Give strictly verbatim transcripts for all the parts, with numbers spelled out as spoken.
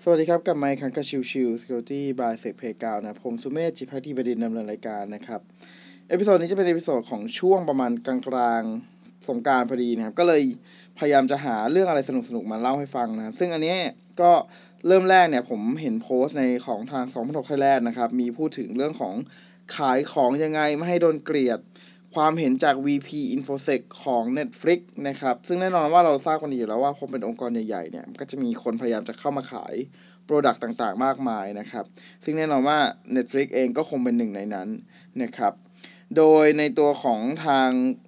สวัสดีครับกับไมค์คังกะชิวชิว Security by Sec Playground นะผมสุเมธจิตภักดีบดินทร์ดำเนินรายการนะครับเอพิโซดนี้จะเป็นเอพิโซดของช่วงประมาณกลางๆสงกรานต์พอดีนะครับก็เลยพยายามจะหาเรื่องอะไรสนุกๆมาเล่าให้ฟังนะครับซึ่งอันนี้ก็เริ่มแรกเนี่ยผมเห็นโพสต์ในของทางสองพันหก Thailand นะครับมีพูดถึงเรื่องของขายของยังไงไม่ให้โดนเกลียดความเห็นจาก วี พี InfoSec ของ Netflix นะครับซึ่งแน่นอนว่าเราทราบกันอยู่แล้วว่าพอเป็นองค์กรใหญ่ๆเนี่ยก็จะมีคนพยายามจะเข้ามาขายโปรดักต์ต่างๆมากมายนะครับซึ่งแน่นอนว่า Netflix เองก็คงเป็นหนึ่งในนั้นนะครับโดยในตัวของทาง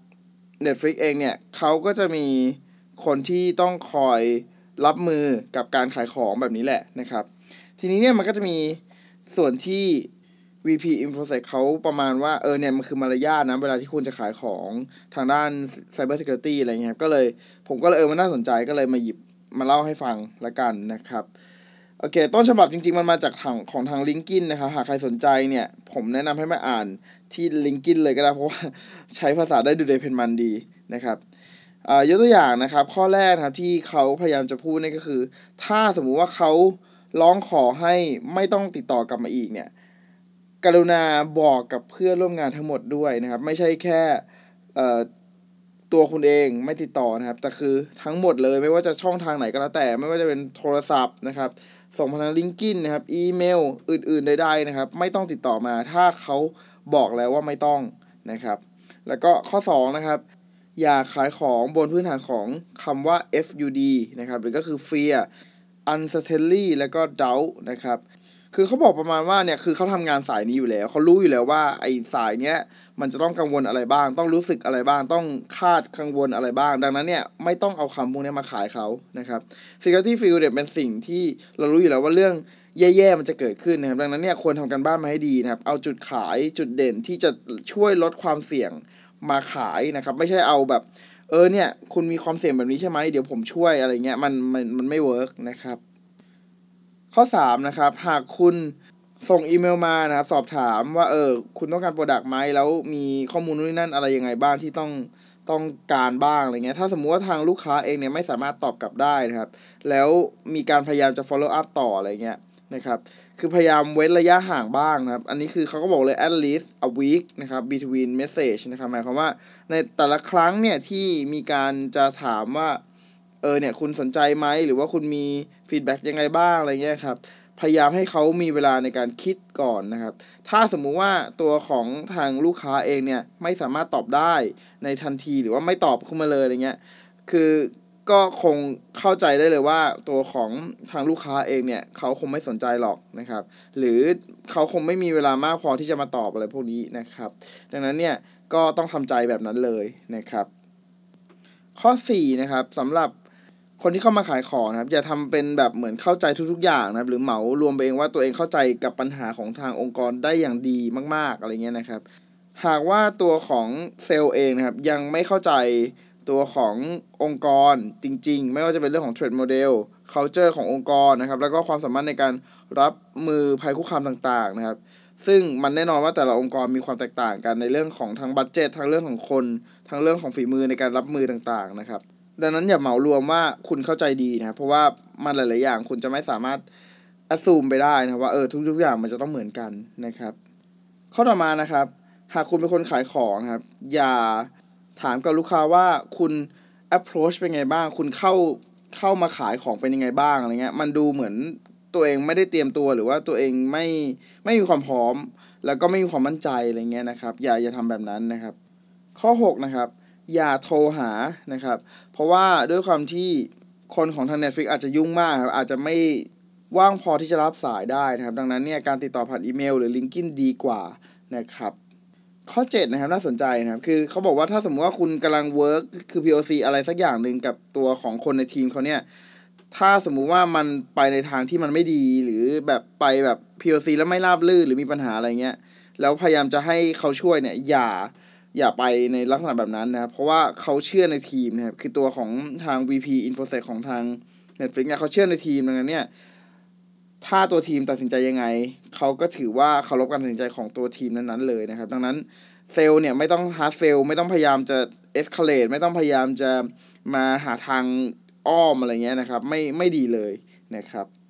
Netflix เองเนี่ยเขาก็จะมีคนที่ต้องคอยรับมือกับการขายของแบบนี้แหละนะครับทีนี้เนี่ยมันก็จะมีส่วนที่ วี พี InfoSec เขาประมาณว่าเออเนี่ยมันคือมารยาทนะเวลาที่คุณจะขายของทางด้าน Cyber Security อะไรเงี้ยก็เลยผมก็เลยเออมันน่าสนใจก็เลยมาหยิบมาเล่าให้ฟังละกันนะครับโอเคต้นฉบับจริงๆมันมาจากทางของทาง LinkedIn นะครับหากใครสนใจเนี่ยผมแนะนำให้มาอ่านที่ LinkedIn เลยก็ได้เพราะว่าใช้ภาษาได้ดูเดเพนมันดีนะครับยกตัวอย่างนะครับข้อแรกนะครับที่เขาพยายามจะพูดนี่ก็คือถ้าสมมุติว่าเขาร้องขอให้ไม่ต้องติดต่อกลับมาอีกเนี่ยกรุณาบอกกับเพื่อนร่วมงานทั้งหมดด้วยนะครับไม่ใช่แค่ตัวคุณเองไม่ติดต่อนะครับแต่คือทั้งหมดเลยไม่ว่าจะช่องทางไหนก็แล้วแต่ไม่ว่าจะเป็นโทรศัพท์นะครับส่งผ่านทาง LinkedIn นะครับอีเมลอื่นๆใดๆนะครับไม่ต้องติดต่อมาถ้าเขาบอกแล้วว่าไม่ต้องนะครับแล้วก็ข้อสองนะครับอย่าขายของบนพื้นฐานของคำว่า เอฟ ยู ดี นะครับหรือก็คือ fear uncertainty แล้วก็ doubt นะครับคือเขาบอกประมาณว่าเนี่ยคือเขาทำงานสายนี้อยู่แล้วเขารู้อยู่แล้วว่าไอ้สายเนี้ยมันจะต้องกังวลอะไรบ้างต้องรู้สึกอะไรบ้างต้องคาดกังวลอะไรบ้างดังนั้นเนี่ยไม่ต้องเอาคำพวกนี้มาขายเขานะครับ Security Field เนี่ยเป็นสิ่งที่เรารู้อยู่แล้วว่าเรื่องแย่ๆมันจะเกิดขึ้นนะครับดังนั้นเนี่ยควรทำกันบ้านมาให้ดีนะครับเอาจุดขายจุดเด่นที่จะช่วยลดความเสี่ยงมาขายนะครับไม่ใช่เอาแบบเออเนี่ยคุณมีความเสี่ยงแบบนี้ใช่ไหมเดี๋ยวผมช่วยอะไรเงี้ยมันมันมันไม่เวิร์กนะครับข้อสามนะครับหากคุณส่งอีเมลมานะครับสอบถามว่าเออคุณต้องการโปรดักต์ไหมแล้วมีข้อมูลนู่นนั่นอะไรยังไงบ้างที่ต้องต้องการบ้างอะไรเงี้ยถ้าสมมุติว่าทางลูกค้าเองเนี่ยไม่สามารถตอบกลับได้นะครับแล้วมีการพยายามจะ follow up ต่ออะไรเงี้ยนะครับคือพยายามเว้นระยะห่างบ้างนะครับอันนี้คือเขาก็บอกเลย at least a week นะครับ between message นะครับหมายความว่าในแต่ละครั้งเนี่ยที่มีการจะถามว่าเออเนี่ยคุณสนใจไหมหรือว่าคุณมีฟีดแบ็กยังไงบ้างอะไรเงี้ยครับพยายามให้เขามีเวลาในการคิดก่อนนะครับถ้าสมมุติว่าตัวของทางลูกค้าเองเนี่ยไม่สามารถตอบได้ในทันทีหรือว่าไม่ตอบขึ้นมาเลยอะไรเงี้ยคือก็คงเข้าใจได้เลยว่าตัวของทางลูกค้าเองเนี่ยเขาคงไม่สนใจหรอกนะครับหรือเขาคงไม่มีเวลามากพอที่จะมาตอบอะไรพวกนี้นะครับดังนั้นเนี่ยก็ต้องทำใจแบบนั้นเลยนะครับข้อสี่นะครับสำหรับคนที่เข้ามาขายของนะครับอย่าทำเป็นแบบเหมือนเข้าใจทุกๆอย่างนะครับหรือเหมารวมไปเองว่าตัวเองเข้าใจกับปัญหาของทางองค์กรได้อย่างดีมากๆอะไรเงี้ยนะครับหากว่าตัวของเซลล์เองนะครับยังไม่เข้าใจตัวขององค์กรจริงๆไม่ว่าจะเป็นเรื่องของ trade model culture ขององค์กรนะครับแล้วก็ความสามารถในการรับมือภัยคุกคามต่างๆนะครับซึ่งมันแน่นอนว่าแต่ละองค์กรมีความแตกต่างกันในเรื่องของทั้งบัดเจ็ตทั้งเรื่องของคนทั้งเรื่องของฝีมือในการรับมือต่างๆนะครับดังนั้นอย่าเหมารวมว่าคุณเข้าใจดีนะครับเพราะว่ามันหลายๆอย่างคุณจะไม่สามารถแอสซูมไปได้นะครับว่าเออทุกๆอย่างมันจะต้องเหมือนกันนะครับข้อต่อมานะครับหากคุณเป็นคนขายของครับอย่าถามกับลูกค้าว่าคุณ approach เป็นไงบ้างคุณเข้าเข้ามาขายของเป็นยังไงบ้างอะไรเงี้ยมันดูเหมือนตัวเองไม่ได้เตรียมตัวหรือว่าตัวเองไม่ไม่มีความพร้อมแล้วก็ไม่มีความมั่นใจอะไรเงี้ยนะครับอย่าอย่าทำแบบนั้นนะครับข้อหกนะครับอย่าโทรหานะครับเพราะว่าด้วยความที่คนของทาง Netflix อาจจะยุ่งมากครับอาจจะไม่ว่างพอที่จะรับสายได้นะครับดังนั้นเนี่ยการติดต่อผ่านอีเมลหรือ LinkedIn ดีกว่านะครับข้อเจ็ดนะครับน่าสนใจนะครับคือเขาบอกว่าถ้าสมมติว่าคุณกำลัง work คือ พี โอ ซี อะไรสักอย่างนึงกับตัวของคนในทีมเขาเนี่ยถ้าสมมุติว่ามันไปในทางที่มันไม่ดีหรือแบบไปแบบ พี โอ ซี แล้วไม่ราบรื่นหรือมีปัญหาอะไรเงี้ยแล้วพยายามจะให้เขาช่วยเนี่ยอย่าอย่าไปในลักษณะแบบนั้นนะเพราะว่าเขาเชื่อในทีมนะครับคือตัวของทาง วี พี InfoSec ของทาง Netflix เนี่ยเขาเชื่อในทีมดังนั้นเนี่ยถ้าตัวทีมตัดสินใจยังไงเขาก็ถือว่าเคารพการตัดสินใจของตัวทีมนั้นๆเลยนะครับดังนั้นเซลล์เนี่ยไม่ต้องฮาร์ดเซลไม่ต้องพยายามจะเอ็กซ์คาเลตไม่ต้องพยายามจะมาหาทางอ้อมอะไรเงี้ยนะครับไม่ไม่ดีเลยนะครับ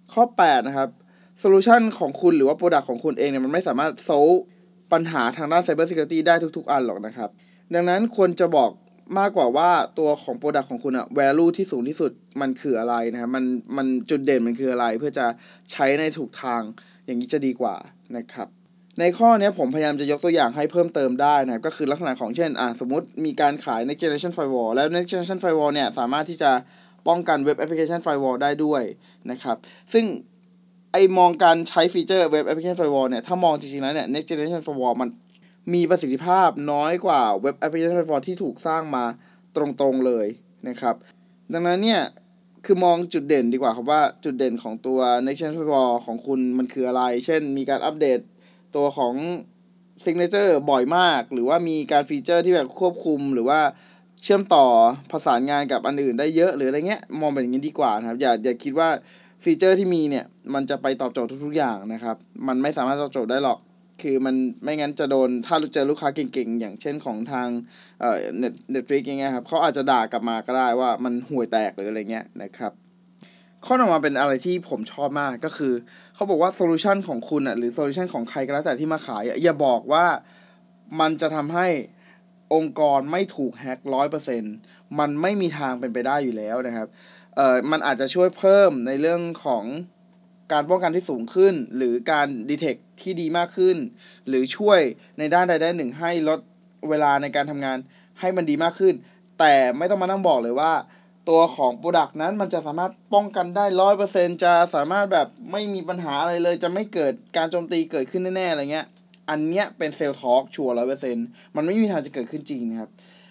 ข้อแปดนะครับโซลูชันของคุณหรือว่าโปรดักต์ของคุณเองเนี่ยมันไม่สามารถโซลปัญหาทางด้าน Cyber Security ได้ทุกๆอันหรอกนะครับดังนั้นควรจะบอกมากกว่าว่าตัวของโปรดักต์ของคุณอะ value ที่สูงที่สุดมันคืออะไรนะครับมันมันจุดเด่นมันคืออะไรเพื่อจะใช้ในถูกทางอย่างนี้จะดีกว่านะครับในข้อนี้ผมพยายามจะยกตัวอย่างให้เพิ่มเติมได้นะครับก็คือลักษณะของเช่นอ่ะสมมุติมีการขาย next generation firewall แล้ว next generation firewall เนี่ยสามารถที่จะป้องกัน web application firewall ได้ด้วยนะครับซึ่งไอมองการใช้ฟีเจอร์ web application firewall เนี่ยถ้ามองจริงๆแล้วเนี่ย next generation firewall มันมีประสิทธิภาพน้อยกว่า web application firewall ที่ถูกสร้างมาตรงๆเลยนะครับดังนั้นเนี่ยคือมองจุดเด่นดีกว่าครับว่าจุดเด่นของตัว next generation firewall ของคุณมันคืออะไรเช่นมีการอัปเดตตัวของ signature บ่อยมากหรือว่ามีการฟีเจอร์ที่แบบควบคุมหรือว่าเชื่อมต่อประสานงานกับอันอื่นได้เยอะหรืออะไรเงี้ยมองเป็นอย่างนี้ดีกว่านะครับอย่าอย่าคิดว่าฟีเจอร์ที่มีเนี่ยมันจะไปตอบโจทย์ทุกๆอย่างนะครับมันไม่สามารถตอบโจทย์ได้หรอกคือมันไม่งั้นจะโดนถ้าเจอลูกค้าเก่งๆอย่างเช่นของทางเอ่อ Net Netflix อย่างเงี้ยครับเขาอาจจะด่ากลับมาก็ได้ว่ามันห่วยแตกหรืออะไรเงี้ยนะครับข้อต่อมาเป็นอะไรที่ผมชอบมากก็คือเขาบอกว่าโซลูชันของคุณอ่ะหรือโซลูชันของใครก็แล้วแต่ที่มาขายอย่าบอกว่ามันจะทำให้องค์กรไม่ถูกแฮก ร้อยเปอร์เซ็นต์ มันไม่มีทางเป็นไปได้อยู่แล้วนะครับเอ่อมันอาจจะช่วยเพิ่มในเรื่องของการป้องกันที่สูงขึ้นหรือการดีเทคที่ดีมากขึ้นหรือช่วยในด้านใดด้านหนึ่งให้ลดเวลาในการทำงานให้มันดีมากขึ้นแต่ไม่ต้องมานั่งบอกเลยว่าตัวของ Product นั้นมันจะสามารถป้องกันได้ ร้อยเปอร์เซ็นต์ จะสามารถแบบไม่มีปัญหาอะไรเลยจะไม่เกิดการโจมตีเกิดขึ้นแน่ๆอะไรเงี้ยอันเนี้ยเป็นเซลล์ทอล์กชัวร์ ร้อยเปอร์เซ็นต์ มันไม่มีทางจะเกิดขึ้นจริงนะครับ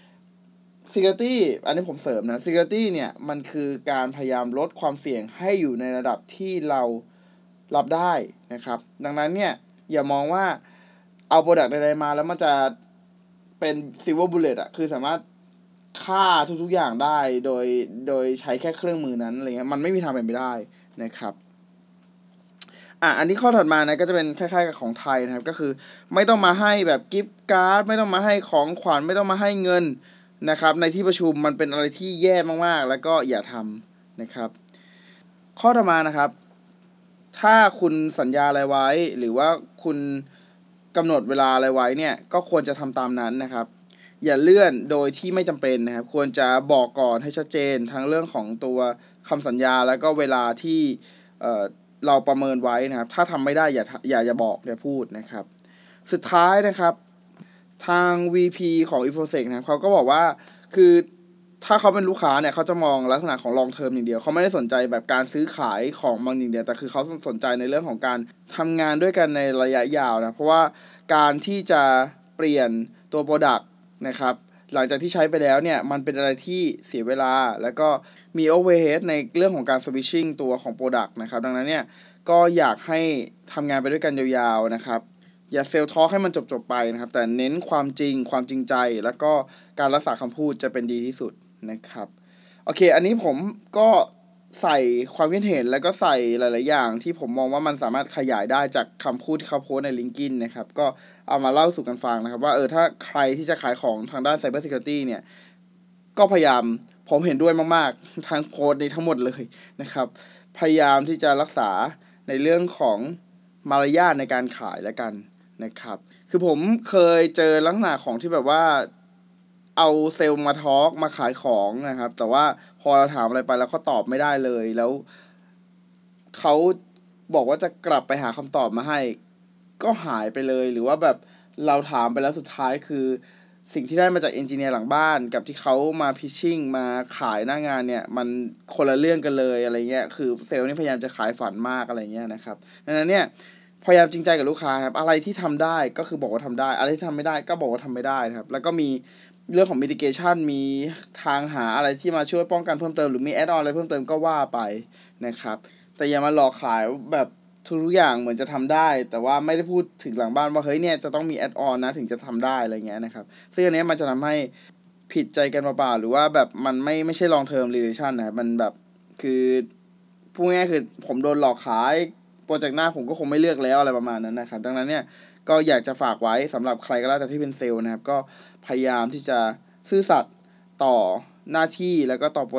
Security อันนี้ผมเสริมนะ Security เนี่ยมันคือการพยายามลดความเสี่ยงให้อยู่ในระดับที่เรารับได้นะครับดังนั้นเนี่ยอย่ามองว่าเอา Product ใดๆมาแล้วมันจะเป็น Silver Bullet อะคือสามารถฆ่าทุกๆอย่างได้โดยโดยใช้แค่เครื่องมือนั้นอะไรเงี้ยมันไม่มีทางเป็นไปได้นะครับอ่ะอันนี้ข้อถัดมานะก็จะเป็นคล้ายๆกับของไทยนะครับก็คือไม่ต้องมาให้แบบกิฟต์การ์ดไม่ต้องมาให้ของขวัญไม่ต้องมาให้เงินนะครับในที่ประชุมมันเป็นอะไรที่แย่มากๆแล้วก็อย่าทำนะครับข้อต่อมานะครับถ้าคุณสัญญาอะไรไว้หรือว่าคุณกำหนดเวลาอะไรไว้เนี่ยก็ควรจะทำตามนั้นนะครับอย่าเลื่อนโดยที่ไม่จำเป็นนะครับควรจะบอกก่อนให้ชัดเจนทั้งเรื่องของตัวคำสัญญาแล้วก็เวลาที่เอ่อเราประเมินไว้นะครับถ้าทำไม่ได้อย่าอย่าอย่าบอกอย่าพูดนะครับสุดท้ายนะครับทาง วี พี ของ InfoSec นะครับเขาก็บอกว่าคือถ้าเขาเป็นลูกค้าเนี่ยเขาจะมองลักษณะของ long term อย่างเดียวเขาไม่ได้สนใจแบบการซื้อขายของบางอย่างเดียวแต่คือเขาสนใจในเรื่องของการทำงานด้วยกันในระยะยาวนะเพราะว่าการที่จะเปลี่ยนตัว product นะครับหลังจากที่ใช้ไปแล้วเนี่ยมันเป็นอะไรที่เสียเวลาแล้วก็มี overhead ในเรื่องของการ switching ตัวของ product นะครับดังนั้นเนี่ยก็อยากให้ทำงานไปด้วยกันยาวๆนะครับอย่าเซลทอล์กให้มันจบๆไปนะครับแต่เน้นความจริงความจริงใจแล้วก็การรักษาคำพูดจะเป็นดีที่สุดนะครับโอเคอันนี้ผมก็ใส่ความคิดเห็นแล้วก็ใส่หลายๆอย่างที่ผมมองว่ามันสามารถขยายได้จากคำพูดที่เขาโพสใน LinkedIn นะครับก็เอามาเล่าสู่กันฟังนะครับว่าเออถ้าใครที่จะขายของทางด้าน Cyber Security เนี่ยก็พยายามผมเห็นด้วยมากๆทั้งโพสในทั้งหมดเลยนะครับพยายามที่จะรักษาในเรื่องของมารยาทในการขายแล้วกันนะครับคือผมเคยเจอลักษณะของที่แบบว่าเอาเซลล์มาทอล์กมาขายของนะครับแต่ว่าพอเราถามอะไรไปแล้วเขาตอบไม่ได้เลยแล้วเขาบอกว่าจะกลับไปหาคำตอบมาให้ก็หายไปเลยหรือว่าแบบเราถามไปแล้วสุดท้ายคือสิ่งที่ได้มาจากเอนจิเนียร์หลังบ้านกับที่เขามาพิชชิ่งมาขายหน้างานเนี่ยมันคนละเรื่องกันเลยอะไรเงี้ยคือเซลล์นี่พยายามจะขายฝันมากอะไรเงี้ยนะครับดังนั้นเนี่ยพยายามจริงใจกับลูกค้าครับอะไรที่ทำได้ก็คือบอกว่าทำได้อะไรที่ทำไม่ได้ก็บอกว่าทำไม่ได้ครับแล้วก็มีเรื่องของ mitigation มีทางหาอะไรที่มาช่วยป้องกันเพิ่มเติมหรือมี add on อะไรเพิ่มเติมก็ว่าไปนะครับแต่อย่ามาหลอกขายแบบทุกอย่างเหมือนจะทำได้แต่ว่าไม่ได้พูดถึงหลังบ้านว่าเฮ้ยเนี่ยจะต้องมี add on นะถึงจะทำได้อะไรเงี้ยนะครับซึ่งอันนี้มันจะทำให้ผิดใจกันเปล่าๆหรือว่าแบบมันไม่ไม่ใช่ long term relation นะมันแบบคือพูดง่ายๆคือผมโดนหลอกขายโปรเจกต์หน้าผมก็คงไม่เลือกแล้วอะไรประมาณนั้นนะครับดังนั้นเนี่ยก็อยากจะฝากไว้สำหรับใครก็แล้วแต่ที่เป็นเซลล์นะครับก็พยายามที่จะซื่อสัตย์ต่อหน้าที่แล้วก็ต่อ product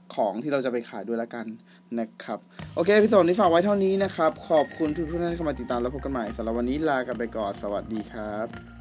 ของที่เราจะไปขายด้วยละกันนะครับโอเคเอพิโซดนี้ฝากไว้เท่านี้นะครับขอบคุณทุกท่านที่เข้ามาติดตามแล้วพบกันใหม่สำหรับวันนี้ลากันไปก่อนสวัสดีครับ